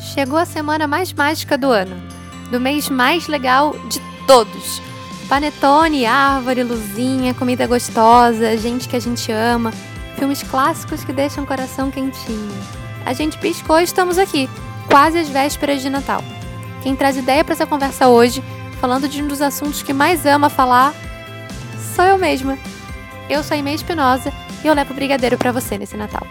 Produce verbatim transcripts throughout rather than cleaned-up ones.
Chegou a semana mais mágica do ano, do mês mais legal de todos. Panetone, árvore, luzinha, comida gostosa, gente que a gente ama, filmes clássicos que deixam o coração quentinho. A gente piscou e estamos aqui, quase às vésperas de Natal. Quem traz ideia para essa conversa hoje, falando de um dos assuntos que mais ama falar, sou eu mesma. Eu sou a Aimee Espinosa e eu levo brigadeiro para você nesse Natal.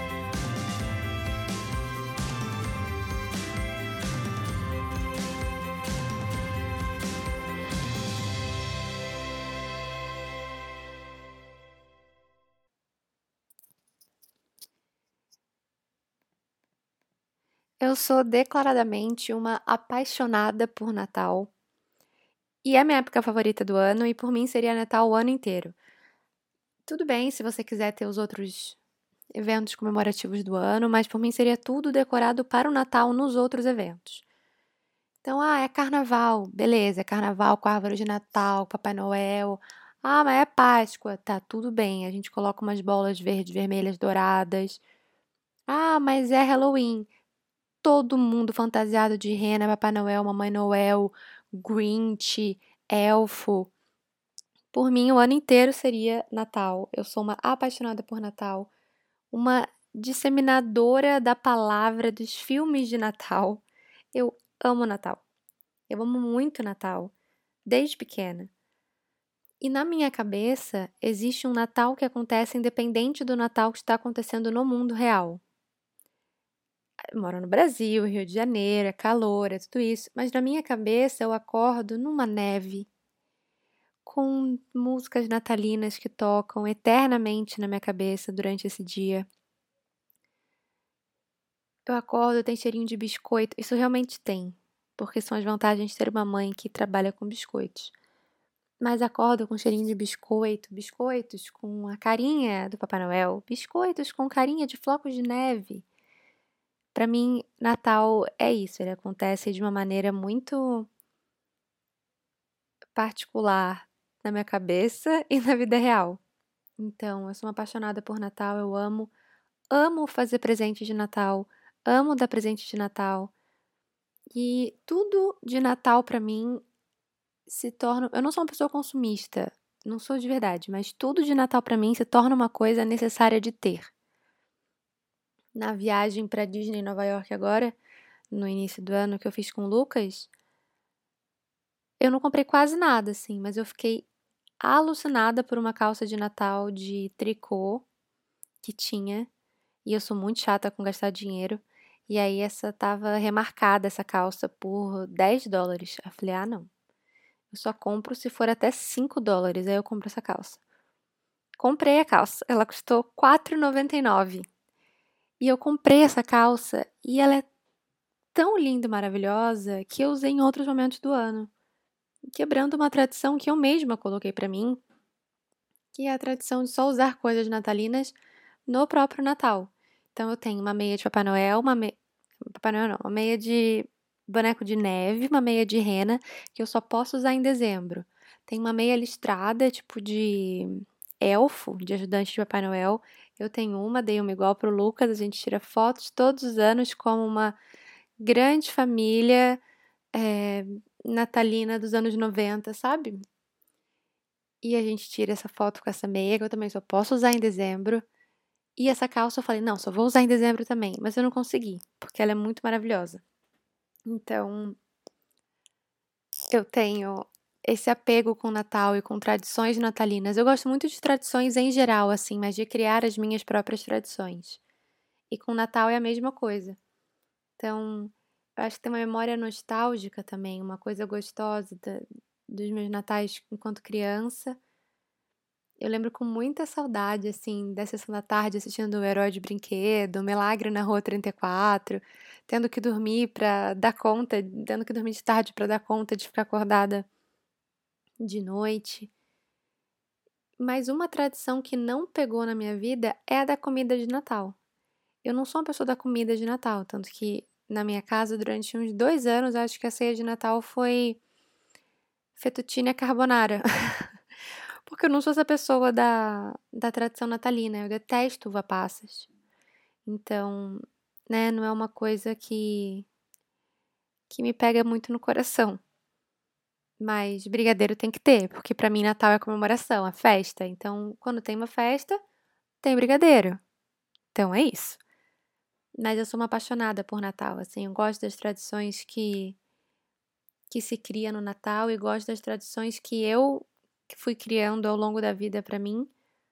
Eu sou declaradamente uma apaixonada por Natal. E é a minha época favorita do ano, e por mim seria Natal o ano inteiro. Tudo bem se você quiser ter os outros eventos comemorativos do ano, mas por mim seria tudo decorado para o Natal nos outros eventos. Então, ah, é carnaval, beleza, é carnaval com árvore de Natal, Papai Noel. Ah, mas é Páscoa, tá, tudo bem, a gente coloca umas bolas verdes, vermelhas, douradas. Ah, mas é Halloween. Todo mundo fantasiado de rena, Papai Noel, Mamãe Noel, Grinch, elfo. Por mim, o ano inteiro seria Natal. Eu sou uma apaixonada por Natal, uma disseminadora da palavra dos filmes de Natal. Eu amo Natal. Eu amo muito Natal, desde pequena. E na minha cabeça, existe um Natal que acontece independente do Natal que está acontecendo no mundo real. Eu moro no Brasil, Rio de Janeiro, é calor, é tudo isso, mas na minha cabeça eu acordo numa neve, com músicas natalinas que tocam eternamente na minha cabeça durante esse dia. Eu acordo, tem cheirinho de biscoito, isso realmente tem, porque são as vantagens de ter uma mãe que trabalha com biscoitos. Mas acordo com cheirinho de biscoito, biscoitos com a carinha do Papai Noel, biscoitos com carinha de flocos de neve. Para mim, Natal é isso, ele acontece de uma maneira muito particular na minha cabeça e na vida real. Então, eu sou uma apaixonada por Natal, eu amo, amo fazer presente de Natal, amo dar presente de Natal. E tudo de Natal pra mim se torna, eu não sou uma pessoa consumista, não sou de verdade, mas tudo de Natal pra mim se torna uma coisa necessária de ter. Na viagem pra Disney Nova York agora, no início do ano que eu fiz com o Lucas, eu não comprei quase nada assim, mas eu fiquei alucinada por uma calça de Natal de tricô que tinha, e eu sou muito chata com gastar dinheiro, e aí essa tava remarcada, essa calça, por dez dólares. Eu falei, ah, não, eu só compro se for até cinco dólares, aí eu compro essa calça. Comprei a calça, ela custou quatro e noventa e nove. E eu comprei essa calça, e ela é tão linda e maravilhosa, que eu usei em outros momentos do ano, quebrando uma tradição que eu mesma coloquei pra mim, que é a tradição de só usar coisas natalinas no próprio Natal. Então eu tenho uma meia de Papai Noel, uma meia... Papai Noel não, uma meia de boneco de neve, uma meia de rena, que eu só posso usar em dezembro. Tem uma meia listrada, tipo de elfo, de ajudante de Papai Noel. Eu tenho uma, dei uma igual pro Lucas, a gente tira fotos todos os anos como uma grande família é, natalina dos anos noventa, sabe? E a gente tira essa foto com essa meia, que eu também só posso usar em dezembro. E essa calça eu falei, não, só vou usar em dezembro também. Mas eu não consegui, porque ela é muito maravilhosa. Então, eu tenho esse apego com o Natal e com tradições natalinas. Eu gosto muito de tradições em geral, assim, mas de criar as minhas próprias tradições. E com o Natal é a mesma coisa. Então, eu acho que tem uma memória nostálgica também, uma coisa gostosa da- dos meus natais enquanto criança. Eu lembro com muita saudade, assim, da sessão da tarde assistindo o Herói de Brinquedo, Milagre na Rua trinta e quatro, tendo que dormir pra dar conta, tendo que dormir de tarde pra dar conta de ficar acordada de noite. Mas uma tradição que não pegou na minha vida é a da comida de Natal. Eu não sou uma pessoa da comida de Natal, tanto que na minha casa, durante uns dois anos, acho que a ceia de Natal foi fettuccine carbonara. Porque eu não sou essa pessoa da, da tradição natalina, eu detesto uva passas. Então, né, não é uma coisa que que me pega muito no coração. Mas brigadeiro tem que ter, porque pra mim Natal é comemoração, é festa. Então, quando tem uma festa, tem brigadeiro. Então é isso. Mas eu sou uma apaixonada por Natal, assim, eu gosto das tradições que que se cria no Natal e gosto das tradições que eu que fui criando ao longo da vida pra mim.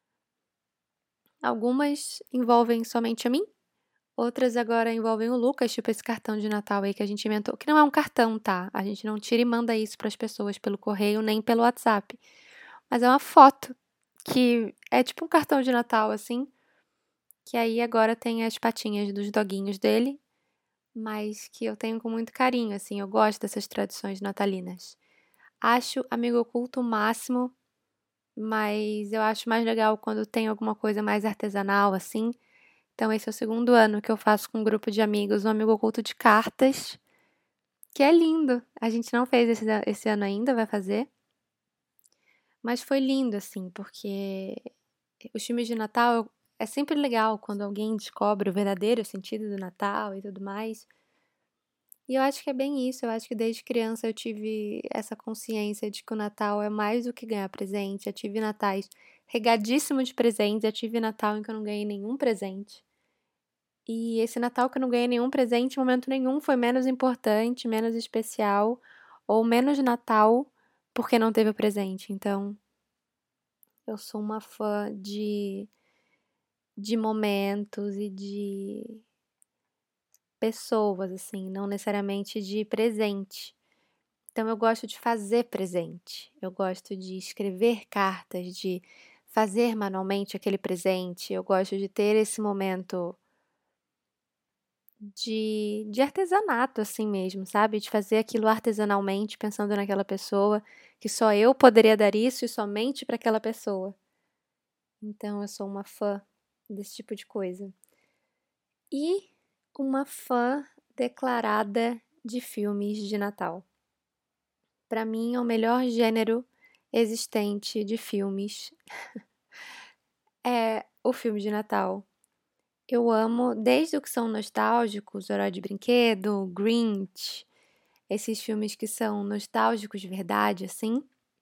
Algumas envolvem somente a mim, outras agora envolvem o Lucas, tipo esse cartão de Natal aí que a gente inventou, que não é um cartão, tá? A gente não tira e manda isso pras pessoas pelo correio nem pelo WhatsApp, mas é uma foto que é tipo um cartão de Natal assim, que aí agora tem as patinhas dos doguinhos dele, mas que eu tenho com muito carinho, assim, eu gosto dessas tradições natalinas. Acho amigo oculto o máximo, mas eu acho mais legal quando tem alguma coisa mais artesanal, assim. Então, esse é o segundo ano que eu faço com um grupo de amigos um amigo oculto de cartas, que é lindo. A gente não fez esse, esse ano ainda, vai fazer. Mas foi lindo, assim, porque os filmes de Natal é sempre legal quando alguém descobre o verdadeiro sentido do Natal e tudo mais. E eu acho que é bem isso, eu acho que desde criança eu tive essa consciência de que o Natal é mais do que ganhar presente. Eu tive natais regadíssimo de presentes, eu tive Natal em que eu não ganhei nenhum presente. E esse Natal que eu não ganhei nenhum presente, em momento nenhum foi menos importante, menos especial, ou menos Natal porque não teve o presente. Então, eu sou uma fã de, de momentos e de pessoas, assim, não necessariamente de presente. Então eu gosto de fazer presente, eu gosto de escrever cartas, de fazer manualmente aquele presente, eu gosto de ter esse momento de, de artesanato, assim mesmo, sabe? De fazer aquilo artesanalmente, pensando naquela pessoa, que só eu poderia dar isso e somente para aquela pessoa. Então eu sou uma fã desse tipo de coisa. E uma fã declarada de filmes de Natal. Para mim é o melhor gênero existente de filmes. É o filme de Natal. Eu amo desde o que são nostálgicos, Herói de Brinquedo, Grinch, esses filmes que são nostálgicos de verdade, assim,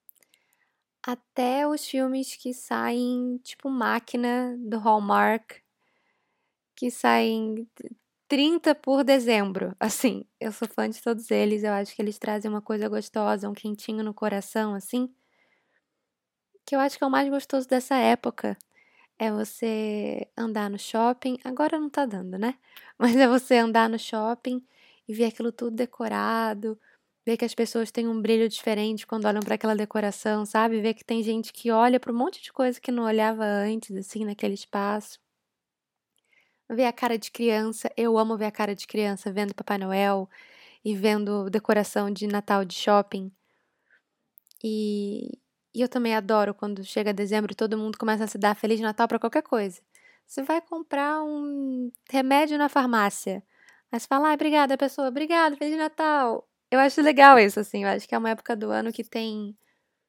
até os filmes que saem, tipo Máquina, do Hallmark, que saem trinta por dezembro. Assim, eu sou fã de todos eles, eu acho que eles trazem uma coisa gostosa, um quentinho no coração, assim, que eu acho que é o mais gostoso dessa época. É você andar no shopping, agora não tá dando, né? Mas é você andar no shopping e ver aquilo tudo decorado, ver que as pessoas têm um brilho diferente quando olham para aquela decoração, sabe? Ver que tem gente que olha para um monte de coisa que não olhava antes, assim, naquele espaço. Ver a cara de criança, eu amo ver a cara de criança vendo Papai Noel e vendo decoração de Natal de shopping. E, e eu também adoro quando chega dezembro e todo mundo começa a se dar Feliz Natal pra qualquer coisa. Você vai comprar um remédio na farmácia. Aí você fala, ai, obrigada, pessoa, obrigada, Feliz Natal. Eu acho legal isso, assim. Eu acho que é uma época do ano que tem.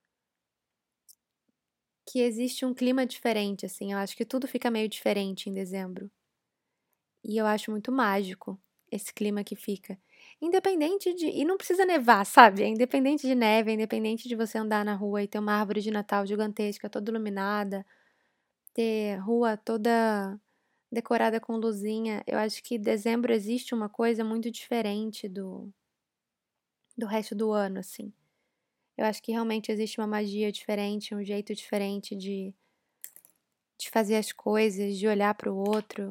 Que existe um clima diferente, assim. Eu acho que tudo fica meio diferente em dezembro. E eu acho muito mágico esse clima que fica. Independente de. E não precisa nevar, sabe? É independente de neve, é independente de você andar na rua e ter uma árvore de Natal gigantesca, toda iluminada, ter rua toda decorada com luzinha. Eu acho que dezembro existe uma coisa muito diferente do, do resto do ano, assim. Eu acho que realmente existe uma magia diferente, um jeito diferente de, de fazer as coisas, de olhar para o outro.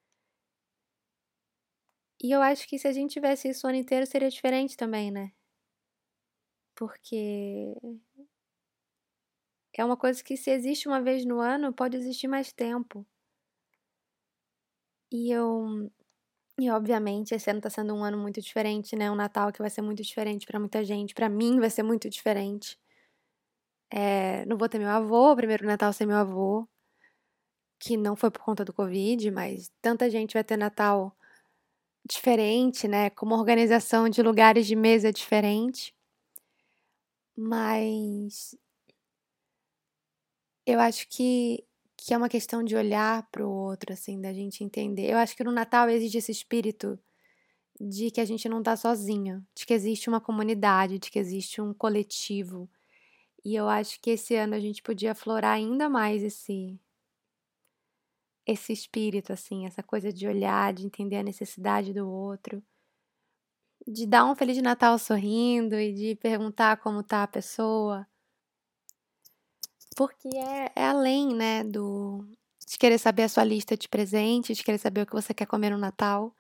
E eu acho que se a gente tivesse isso o ano inteiro seria diferente também, né? Porque é uma coisa que se existe uma vez no ano, pode existir mais tempo. E eu e obviamente esse ano tá sendo um ano muito diferente, né, um Natal que vai ser muito diferente pra muita gente, pra mim vai ser muito diferente. Eh, não vou ter meu avô, o primeiro Natal sem meu avô, que não foi por conta do Covid, mas tanta gente vai ter Natal diferente, né, com uma organização de lugares de mesa diferente. Mas eu acho que que é uma questão de olhar para o outro, assim, da gente entender. Eu acho que no Natal existe esse espírito de que a gente não tá sozinho, de que existe uma comunidade, de que existe um coletivo. E eu acho que esse ano a gente podia aflorar ainda mais esse esse espírito, assim, essa coisa de olhar, de entender a necessidade do outro, de dar um Feliz Natal sorrindo e de perguntar como tá a pessoa, porque é, é além, né, do de querer saber a sua lista de presentes, de querer saber o que você quer comer no Natal.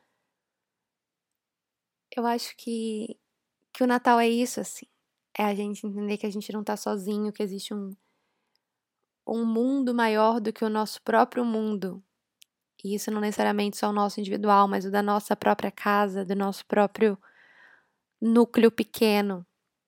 Eu acho que, que o Natal é isso, assim. É a gente entender que a gente não tá sozinho, que existe um, um mundo maior do que o nosso próprio mundo. E isso não necessariamente só o nosso individual, mas o da nossa própria casa, do nosso próprio núcleo pequeno.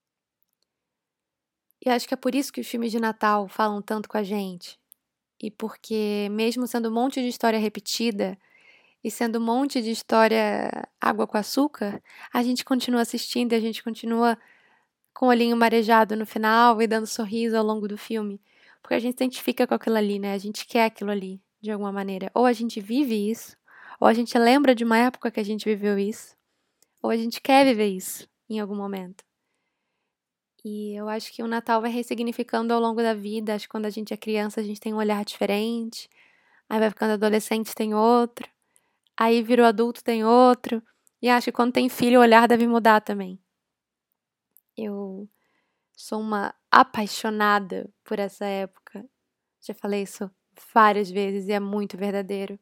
E acho que é por isso que os filmes de Natal falam tanto com a gente. E porque, mesmo sendo um monte de história repetida e sendo um monte de história água com açúcar, a gente continua assistindo e a gente continua com o olhinho marejado no final e dando sorriso ao longo do filme. Porque a gente se identifica com aquilo ali, né? A gente quer aquilo ali, de alguma maneira. Ou a gente vive isso, ou a gente lembra de uma época que a gente viveu isso, ou a gente quer viver isso em algum momento. E eu acho que o Natal vai ressignificando ao longo da vida. Acho que quando a gente é criança, a gente tem um olhar diferente. Aí vai ficando adolescente, tem outro. Aí virou adulto, tem outro. E acho que quando tem filho, o olhar deve mudar também. Eu sou uma apaixonada por essa época. Já falei isso várias vezes e é muito verdadeiro.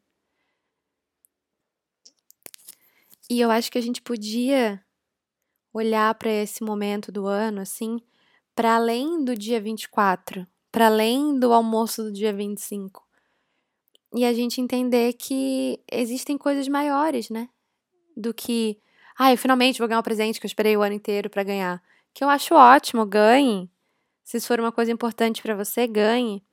E eu acho que a gente podia olhar para esse momento do ano, assim, para além do dia vinte e quatro, para além do almoço do dia vinte e cinco. E a gente entender que existem coisas maiores, né? Do que, ah, eu finalmente vou ganhar um presente que eu esperei o ano inteiro para ganhar. Que eu acho ótimo, ganhe. Se isso for uma coisa importante para você, ganhe.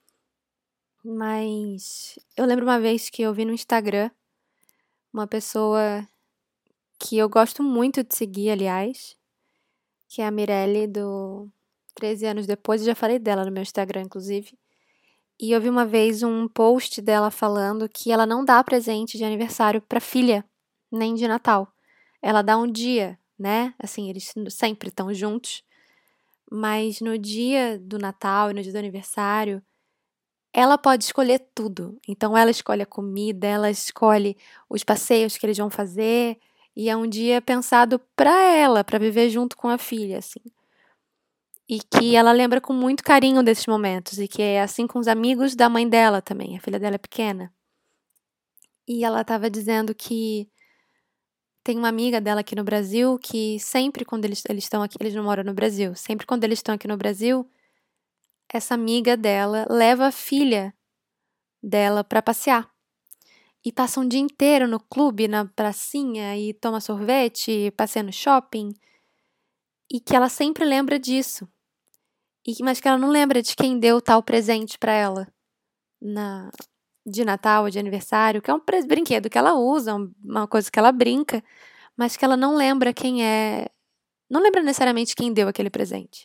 Mas eu lembro uma vez que eu vi no Instagram uma pessoa que eu gosto muito de seguir, aliás, que é a Mirelle do treze anos depois. Eu já falei dela no meu Instagram, inclusive. E eu vi uma vez um post dela falando que ela não dá presente de aniversário pra filha, nem de Natal. Ela dá um dia, né? Assim, eles sempre estão juntos. Mas no dia do Natal e no dia do aniversário, ela pode escolher tudo. Então, ela escolhe a comida, ela escolhe os passeios que eles vão fazer. E é um dia pensado pra ela, pra viver junto com a filha, assim. E que ela lembra com muito carinho desses momentos. E que é assim com os amigos da mãe dela também. A filha dela é pequena. E ela estava dizendo que tem uma amiga dela aqui no Brasil que sempre quando eles eles estão aqui, eles não moram no Brasil, sempre quando eles estão aqui no Brasil, essa amiga dela leva a filha dela pra passear. E passa um dia inteiro no clube, na pracinha, e toma sorvete, e passeia no shopping. E que ela sempre lembra disso. E, mas que ela não lembra de quem deu tal presente pra ela na, de Natal ou de aniversário, que é um pres- brinquedo que ela usa, um- uma coisa que ela brinca, mas que ela não lembra quem é. Não lembra necessariamente quem deu aquele presente.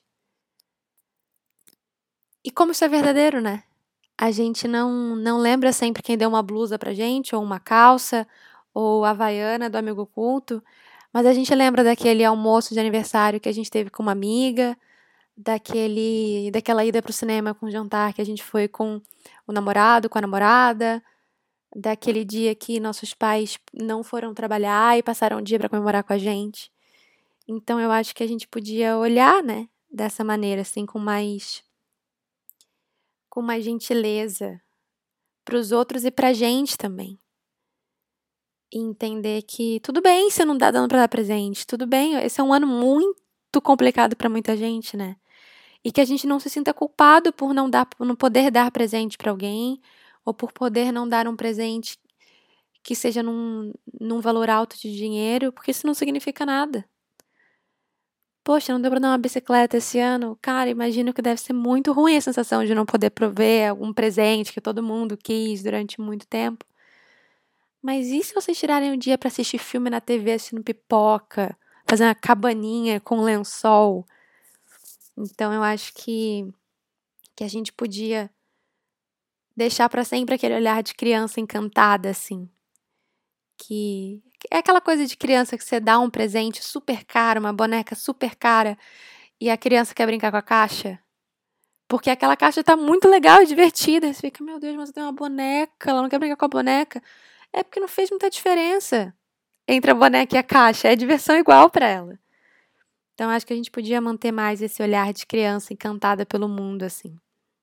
E como isso é verdadeiro, né? A gente não, não lembra sempre quem deu uma blusa pra gente, ou uma calça, ou a havaiana do amigo oculto, mas a gente lembra daquele almoço de aniversário que a gente teve com uma amiga, daquele, daquela ida pro cinema com o jantar que a gente foi com o namorado, com a namorada, daquele dia que nossos pais não foram trabalhar e passaram o dia para comemorar com a gente. Então eu acho que a gente podia olhar, né, dessa maneira, assim, com mais, com mais gentileza para os outros e pra gente também. E entender que tudo bem se não dá dando para dar presente, tudo bem, esse é um ano muito complicado para muita gente, né? E que a gente não se sinta culpado por não dar, por não poder dar presente para alguém, ou por poder não dar um presente que seja num, num valor alto de dinheiro, porque isso não significa nada. Poxa, não deu pra dar uma bicicleta esse ano? Cara, imagino que deve ser muito ruim a sensação de não poder prover algum presente que todo mundo quis durante muito tempo. Mas e se vocês tirarem um dia pra assistir filme na T V assistindo pipoca, fazer uma cabaninha com lençol? Então eu acho que, que a gente podia deixar pra sempre aquele olhar de criança encantada, assim. que é aquela coisa de criança que você dá um presente super caro, uma boneca super cara, e a criança quer brincar com a caixa. Porque aquela caixa tá muito legal e divertida. Você fica, meu Deus, mas eu tenho uma boneca, ela não quer brincar com a boneca. É porque não fez muita diferença entre a boneca e a caixa. É diversão igual para ela. Então, acho que a gente podia manter mais esse olhar de criança encantada pelo mundo, assim.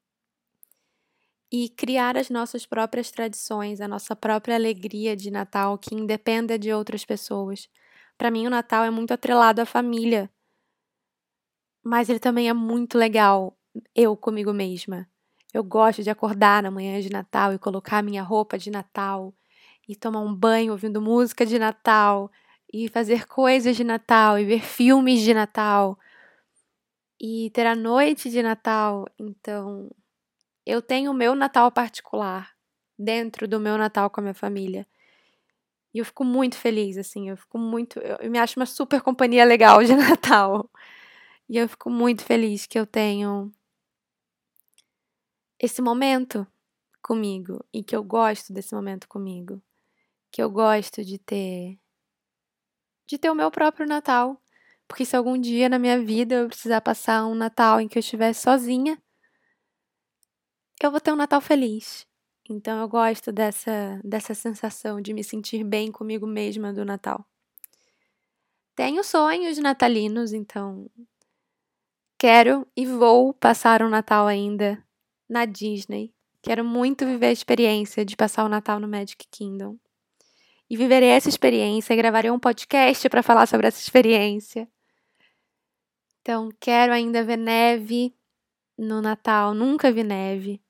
E criar as nossas próprias tradições, a nossa própria alegria de Natal, que independa de outras pessoas. Para mim, o Natal é muito atrelado à família. Mas ele também é muito legal, eu comigo mesma. Eu gosto de acordar na manhã de Natal e colocar a minha roupa de Natal, e tomar um banho ouvindo música de Natal, e fazer coisas de Natal, e ver filmes de Natal, e ter a noite de Natal. Então, eu tenho o meu Natal particular, dentro do meu Natal com a minha família. E eu fico muito feliz, assim, eu fico muito. Eu, eu me acho uma super companhia legal de Natal. E eu fico muito feliz que eu tenho esse momento comigo e que eu gosto desse momento comigo, que eu gosto de ter de ter o meu próprio Natal, porque se algum dia na minha vida eu precisar passar um Natal em que eu estiver sozinha, eu vou ter um Natal feliz. Então eu gosto dessa dessa sensação de me sentir bem comigo mesma do Natal. Tenho sonhos natalinos, então quero e vou passar um Natal ainda na Disney. Quero muito viver a experiência de passar o Natal no Magic Kingdom. E viverei essa experiência e gravarei um podcast para falar sobre essa experiência. Então, quero ainda ver neve no Natal. Nunca vi neve.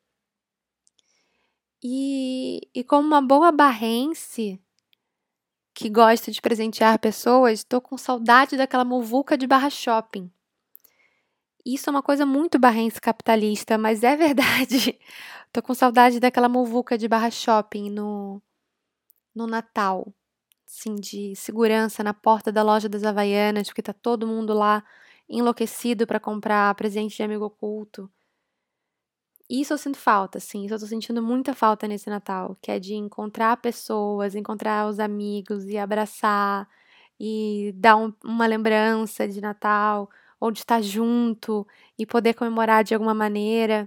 E, e como uma boa barrense que gosta de presentear pessoas, estou com saudade daquela muvuca de barra shopping. Isso é uma coisa muito barrense capitalista, mas é verdade. Tô com saudade daquela muvuca de barra shopping no, no Natal. Assim, de segurança na porta da loja das Havaianas, porque tá todo mundo lá enlouquecido para comprar presente de amigo oculto. Isso eu sinto falta, assim, isso eu tô sentindo muita falta nesse Natal, que é de encontrar pessoas, encontrar os amigos e abraçar e dar um- uma lembrança de Natal, ou de estar junto e poder comemorar de alguma maneira.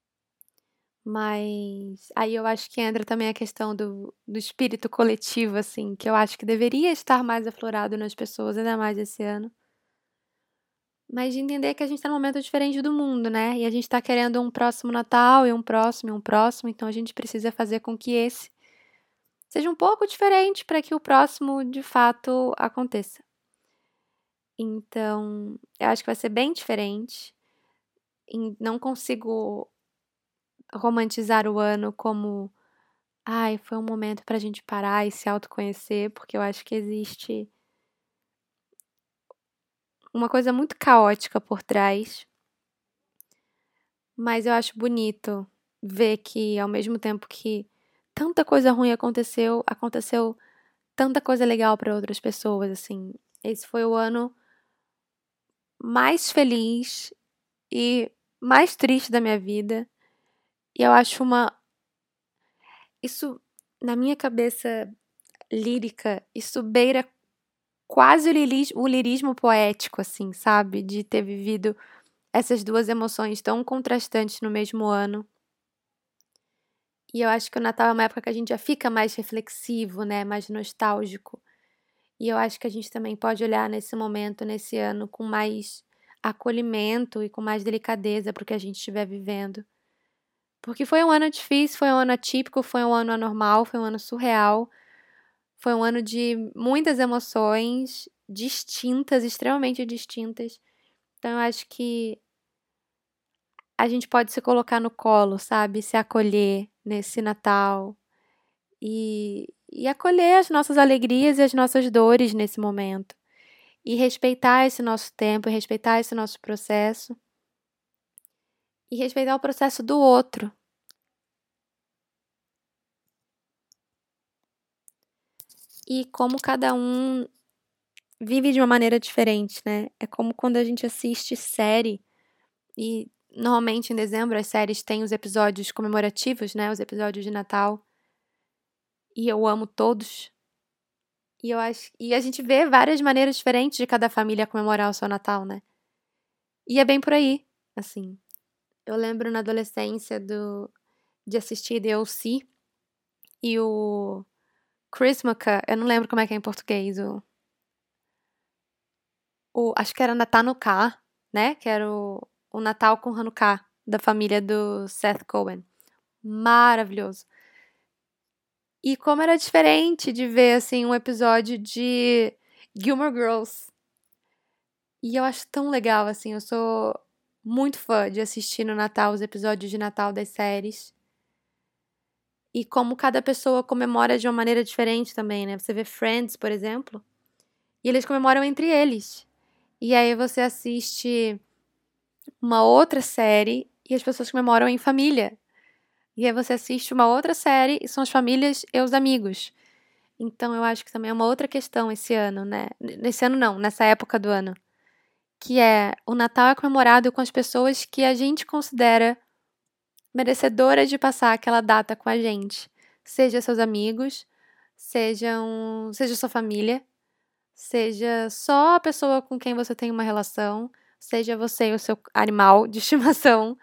Mas aí eu acho que entra também a questão do, do espírito coletivo, assim, que eu acho que deveria estar mais aflorado nas pessoas, ainda mais esse ano. Mas de entender que a gente está num momento diferente do mundo, né? E a gente está querendo um próximo Natal e um próximo e um próximo, então a gente precisa fazer com que esse seja um pouco diferente para que o próximo de fato aconteça. Então, eu acho que vai ser bem diferente. E não consigo romantizar o ano como, ai, foi um momento pra gente parar e se autoconhecer, porque eu acho que existe uma coisa muito caótica por trás, mas eu acho bonito ver que ao mesmo tempo que tanta coisa ruim aconteceu, aconteceu tanta coisa legal pra outras pessoas, assim. Esse foi o ano mais feliz e mais triste da minha vida. E eu acho uma isso na minha cabeça lírica, isso beira quase o liris o lirismo poético, assim, sabe, de ter vivido essas duas emoções tão contrastantes no mesmo ano. E eu acho que o Natal é uma época que a gente já fica mais reflexivo, né, mais nostálgico. E eu acho que a gente também pode olhar nesse momento, nesse ano, com mais acolhimento e com mais delicadeza para o que a gente estiver vivendo. Porque foi um ano difícil, foi um ano atípico, foi um ano anormal, foi um ano surreal. Foi um ano de muitas emoções distintas, extremamente distintas. Então eu acho que a gente pode se colocar no colo, sabe? Se acolher nesse Natal e, e acolher as nossas alegrias e as nossas dores nesse momento. E respeitar esse nosso tempo, e respeitar esse nosso processo. E respeitar o processo do outro. E como cada um vive de uma maneira diferente, né? É como quando a gente assiste série e normalmente em dezembro as séries têm os episódios comemorativos, né? Os episódios de Natal. E eu amo todos. E eu acho e a gente vê várias maneiras diferentes de cada família comemorar o seu Natal, né. E é bem por aí, assim. Eu lembro na adolescência do de assistir The O C e o Chrismukkah, eu não lembro como é que é em português, o o acho que era Natanukkah, né, que era o o Natal com Hanukkah, da família do Seth Cohen. Maravilhoso. E como era diferente de ver, assim, um episódio de Gilmore Girls. E eu acho tão legal, assim, eu sou muito fã de assistir no Natal os episódios de Natal das séries. E como cada pessoa comemora de uma maneira diferente também, né? Você vê Friends, por exemplo, e eles comemoram entre eles. E aí você assiste uma outra série e as pessoas comemoram em família. E aí você assiste uma outra série e são as famílias e os amigos. Então eu acho que também é uma outra questão esse ano, né? Nesse ano não, nessa época do ano. Que é o Natal é comemorado com as pessoas que a gente considera merecedoras de passar aquela data com a gente. Seja seus amigos, sejam, seja sua família, seja só a pessoa com quem você tem uma relação, seja você e o seu animal de estimação.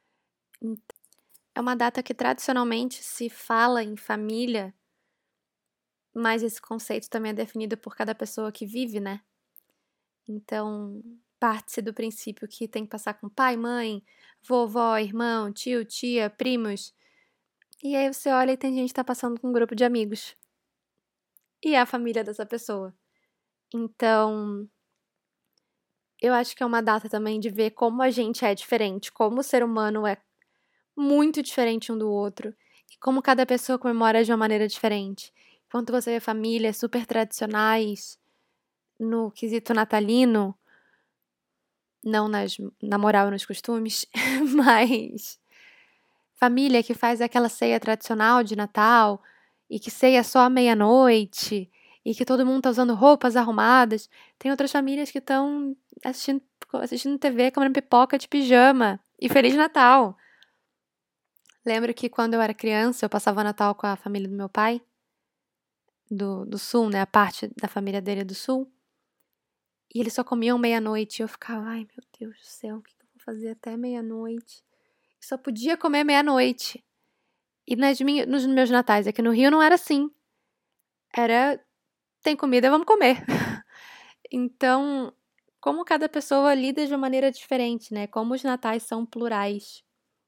É uma data que tradicionalmente se fala em família, mas esse conceito também é definido por cada pessoa que vive, né? Então, parte-se do princípio que tem que passar com pai, mãe, vovó, irmão, tio, tia, primos. E aí você olha e tem gente que tá passando com um grupo de amigos. E é a família dessa pessoa. Então, eu acho que é uma data também de ver como a gente é diferente, como o ser humano é muito diferente um do outro e como cada pessoa comemora de uma maneira diferente. Enquanto você vê famílias super tradicionais no quesito natalino, não nas, na moral e nos costumes, mas família que faz aquela ceia tradicional de Natal e que ceia só à meia-noite e que todo mundo tá usando roupas arrumadas. Tem outras famílias que estão assistindo, assistindo T V, comendo pipoca de pijama. E Feliz Natal! Lembro que quando eu era criança, eu passava o Natal com a família do meu pai, do, do Sul, né? A parte da família dele é do Sul. E eles só comiam meia-noite. E eu ficava, ai meu Deus do céu, o que eu vou fazer até meia-noite? Só podia comer meia-noite. E nas minhas, nos meus natais aqui no Rio não era assim. Era, tem comida, vamos comer. Então, como cada pessoa lida de uma maneira diferente, né? Como os natais são plurais.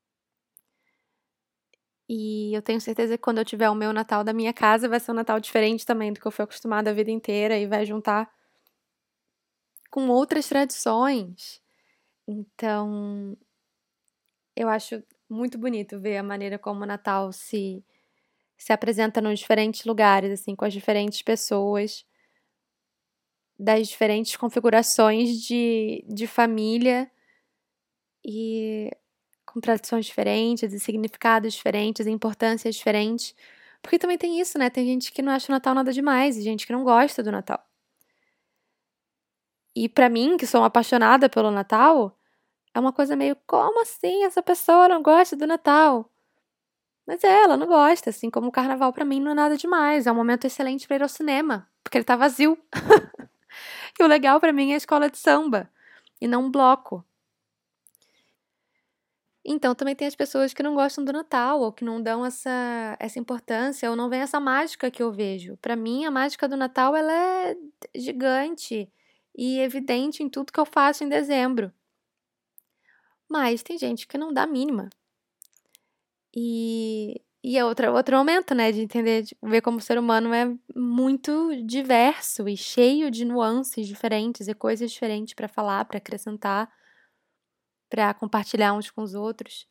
E eu tenho certeza que quando eu tiver o meu Natal da minha casa, vai ser um Natal diferente também do que eu fui acostumada a vida inteira e vai juntar com outras tradições. Então, eu acho muito bonito ver a maneira como o Natal se, se apresenta nos diferentes lugares, assim, com as diferentes pessoas, das diferentes configurações de, de família e com tradições diferentes e significados diferentes e importâncias diferentes. Porque também tem isso, né? Tem gente que não acha o Natal nada demais e gente que não gosta do Natal. E pra mim, que sou uma apaixonada pelo Natal, é uma coisa meio, como assim essa pessoa não gosta do Natal? Mas é, ela não gosta, assim como o carnaval pra mim não é nada demais, é um momento excelente pra ir ao cinema, porque ele tá vazio. E o legal pra mim é a escola de samba, e não um bloco. Então também tem as pessoas que não gostam do Natal, ou que não dão essa, essa importância, ou não vem essa mágica que eu vejo. Pra mim, a mágica do Natal, ela é gigante e evidente em tudo que eu faço em dezembro. Mas tem gente que não dá a mínima. E, e é outra, outro momento, né, de entender, de ver como o ser humano é muito diverso e cheio de nuances diferentes e coisas diferentes pra falar, pra acrescentar, pra compartilhar uns com os outros.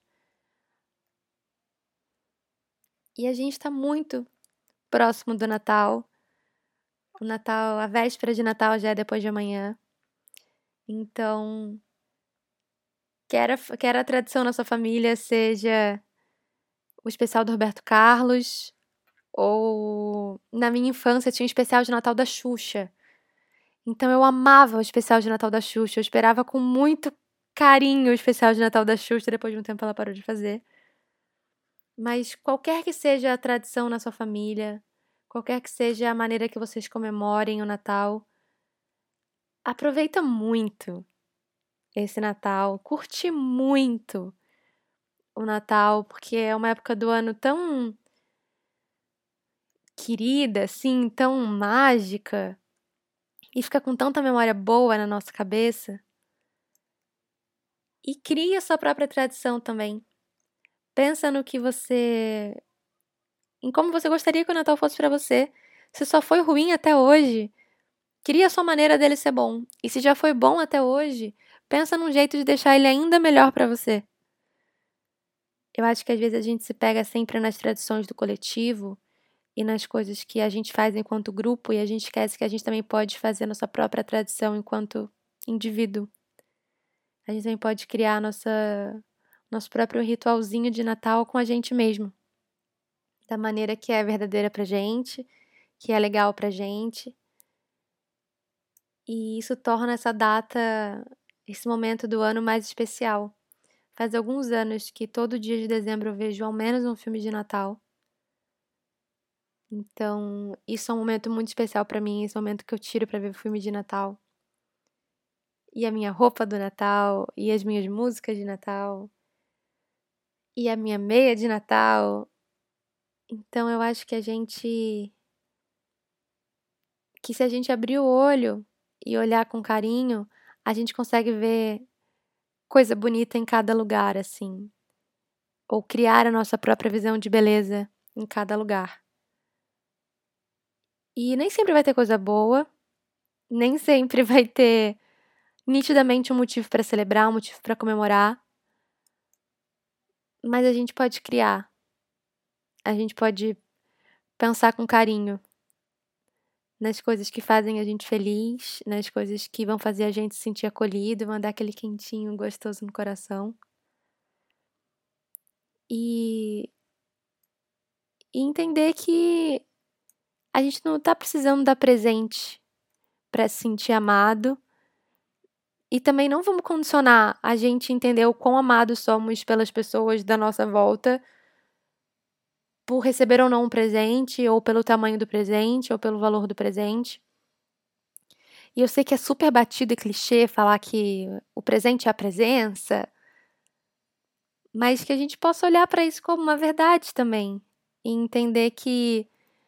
E a gente tá muito próximo do Natal. O Natal, a véspera de Natal já é depois de amanhã. Então, quer a, quer a tradição na sua família seja o especial do Roberto Carlos, ou na minha infância tinha um especial de Natal da Xuxa. Então eu amava o especial de Natal da Xuxa. Eu esperava com muito carinho o especial de Natal da Xuxa. Depois de um tempo ela parou de fazer. Mas qualquer que seja a tradição na sua família, qualquer que seja a maneira que vocês comemorem o Natal, aproveita muito esse Natal, curte muito o Natal, porque é uma época do ano tão querida, assim, tão mágica, e fica com tanta memória boa na nossa cabeça. E cria sua própria tradição também. Pensa no que você... em como você gostaria que o Natal fosse pra você. Se só foi ruim até hoje, cria a sua maneira dele ser bom. E se já foi bom até hoje, pensa num jeito de deixar ele ainda melhor pra você. Eu acho que às vezes a gente se pega sempre nas tradições do coletivo e nas coisas que a gente faz enquanto grupo e a gente esquece que a gente também pode fazer nossa própria tradição enquanto indivíduo. A gente também pode criar nossa, nosso próprio ritualzinho de Natal com a gente mesmo. Da maneira que é verdadeira pra gente, que é legal pra gente. E isso torna essa data, esse momento do ano mais especial. Faz alguns anos que todo dia de dezembro eu vejo ao menos um filme de Natal. Então, isso é um momento muito especial pra mim, esse momento que eu tiro pra ver o filme de Natal. E a minha roupa do Natal, e as minhas músicas de Natal, e a minha meia de Natal. Então, eu acho que a gente... que se a gente abrir o olho e olhar com carinho, a gente consegue ver coisa bonita em cada lugar, assim. Ou criar a nossa própria visão de beleza em cada lugar. E nem sempre vai ter coisa boa, nem sempre vai ter nitidamente um motivo para celebrar, um motivo para comemorar. Mas a gente pode criar. A gente pode pensar com carinho nas coisas que fazem a gente feliz, nas coisas que vão fazer a gente se sentir acolhido, vão dar aquele quentinho gostoso no coração. E, e entender que a gente não tá precisando dar presente para se sentir amado. E também não vamos condicionar a gente entender o quão amados somos pelas pessoas da nossa volta por receber ou não um presente, ou pelo tamanho do presente, ou pelo valor do presente. E eu sei que é super batido e clichê falar que o presente é a presença, mas que a gente possa olhar para isso como uma verdade também. E entender que,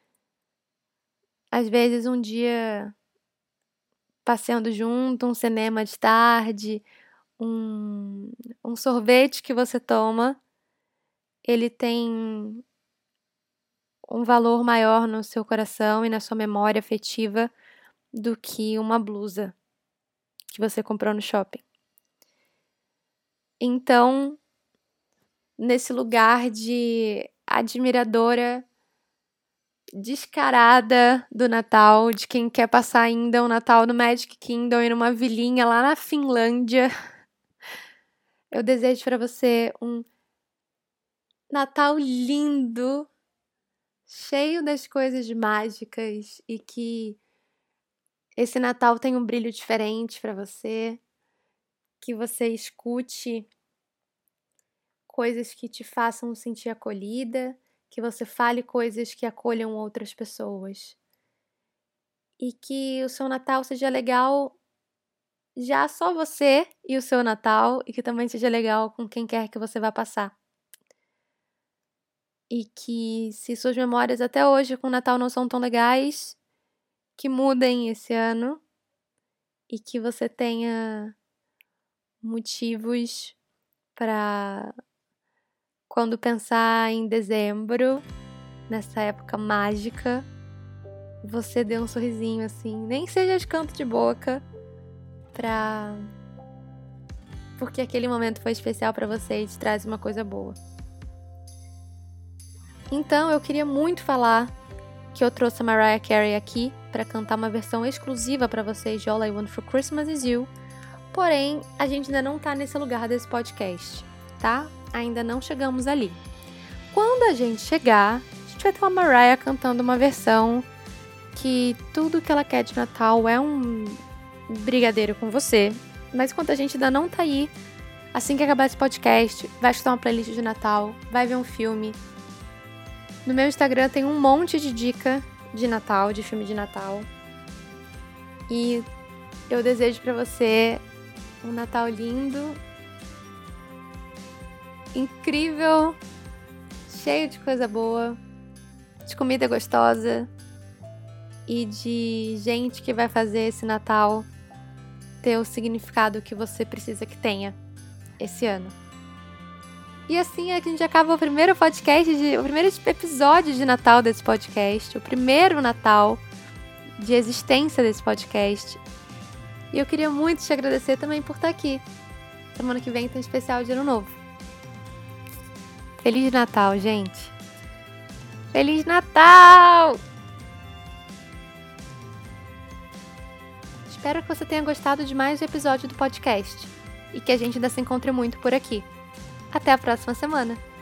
às vezes, um dia passeando junto, um cinema de tarde, um, um sorvete que você toma, ele tem um valor maior no seu coração e na sua memória afetiva do que uma blusa que você comprou no shopping. Então, nesse lugar de admiradora descarada do Natal, de quem quer passar ainda um Natal no Magic Kingdom e numa vilinha lá na Finlândia, eu desejo para você um Natal lindo, cheio das coisas mágicas e que esse Natal tenha um brilho diferente para você, que você escute coisas que te façam sentir acolhida, que você fale coisas que acolham outras pessoas. E que o seu Natal seja legal já só você e o seu Natal, e que também seja legal com quem quer que você vá passar. E que se suas memórias até hoje com o Natal não são tão legais, que mudem esse ano e que você tenha motivos para, quando pensar em dezembro, nessa época mágica, você dê um sorrisinho assim, nem seja de canto de boca, pra... porque aquele momento foi especial para você e te traz uma coisa boa. Então, eu queria muito falar que eu trouxe a Mariah Carey aqui para cantar uma versão exclusiva para vocês de All I Want for Christmas Is You. Porém, a gente ainda não tá nesse lugar desse podcast, tá? Ainda não chegamos ali. Quando a gente chegar, a gente vai ter uma Mariah cantando uma versão que tudo que ela quer de Natal é um brigadeiro com você. Mas enquanto a gente ainda não tá aí, assim que acabar esse podcast, vai escutar uma playlist de Natal, vai ver um filme. No meu Instagram tem um monte de dica de Natal, de filme de Natal. E eu desejo pra você um Natal lindo, incrível, cheio de coisa boa, de comida gostosa e de gente que vai fazer esse Natal ter o significado que você precisa que tenha esse ano. E assim a gente acaba o primeiro podcast, de, o primeiro episódio de Natal desse podcast, o primeiro Natal de existência desse podcast. E eu queria muito te agradecer também por estar aqui. Semana que vem tem especial de Ano Novo. Feliz Natal, gente! Feliz Natal! Espero que você tenha gostado de mais um episódio do podcast e que a gente ainda se encontre muito por aqui. Até a próxima semana!